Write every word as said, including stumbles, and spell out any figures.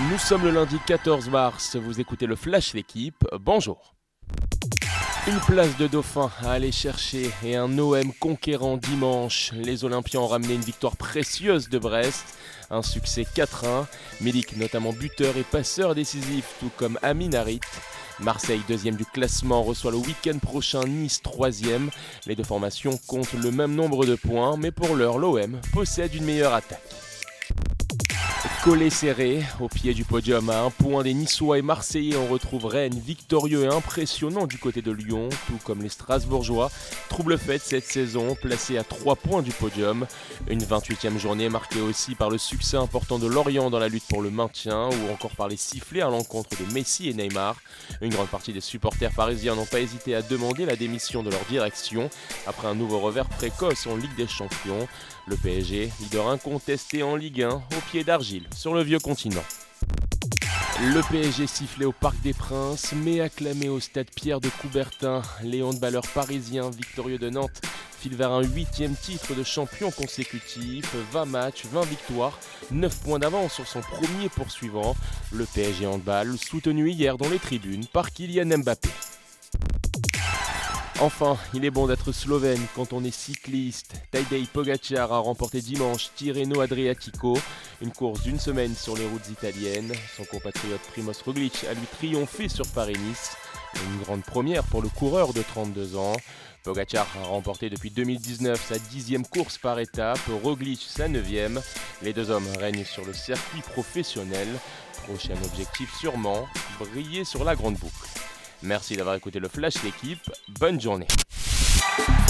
Nous sommes le lundi quatorze mars, vous écoutez le Flash L'équipe, bonjour. Une place de dauphin à aller chercher et un O M conquérant dimanche. Les Olympiens ont ramené une victoire précieuse de Brest, un succès quatre un. Milik notamment buteur et passeur décisif, tout comme Amin Harit. Marseille, deuxième du classement, reçoit le week-end prochain Nice, troisième. Les deux formations comptent le même nombre de points, mais pour l'heure, l'O M possède une meilleure attaque. Collé serré, au pied du podium à un point des Niçois et Marseillais, on retrouve Rennes victorieux et impressionnant du côté de Lyon, tout comme les Strasbourgeois. Trouble faite cette saison, placé à trois points du podium. Une vingt-huitième journée marquée aussi par le succès important de Lorient dans la lutte pour le maintien, ou encore par les sifflets à l'encontre de Messi et Neymar. Une grande partie des supporters parisiens n'ont pas hésité à demander la démission de leur direction, après un nouveau revers précoce en Ligue des Champions. Le P S G, leader incontesté en Ligue un, au pied d'argile, sur le vieux continent. Le P S G sifflé au Parc des Princes, mais acclamé au stade Pierre de Coubertin. Les handballeurs parisiens victorieux de Nantes filent vers un huitième titre de champion consécutif. vingt matchs, vingt victoires, neuf points d'avance sur son premier poursuivant. Le P S G handball, soutenu hier dans les tribunes par Kylian Mbappé. Enfin, il est bon d'être slovène quand on est cycliste. Tadej Pogačar a remporté dimanche Tirreno Adriatico, une course d'une semaine sur les routes italiennes. Son compatriote Primož Roglič a lui triomphé sur Paris-Nice. Une grande première pour le coureur de trente-deux ans. Pogačar a remporté depuis deux mille dix-neuf sa dixième course par étape, Roglič sa neuvième. Les deux hommes règnent sur le circuit professionnel. Prochain objectif sûrement, briller sur la grande boucle. Merci d'avoir écouté le Flash L'équipe, bonne journée.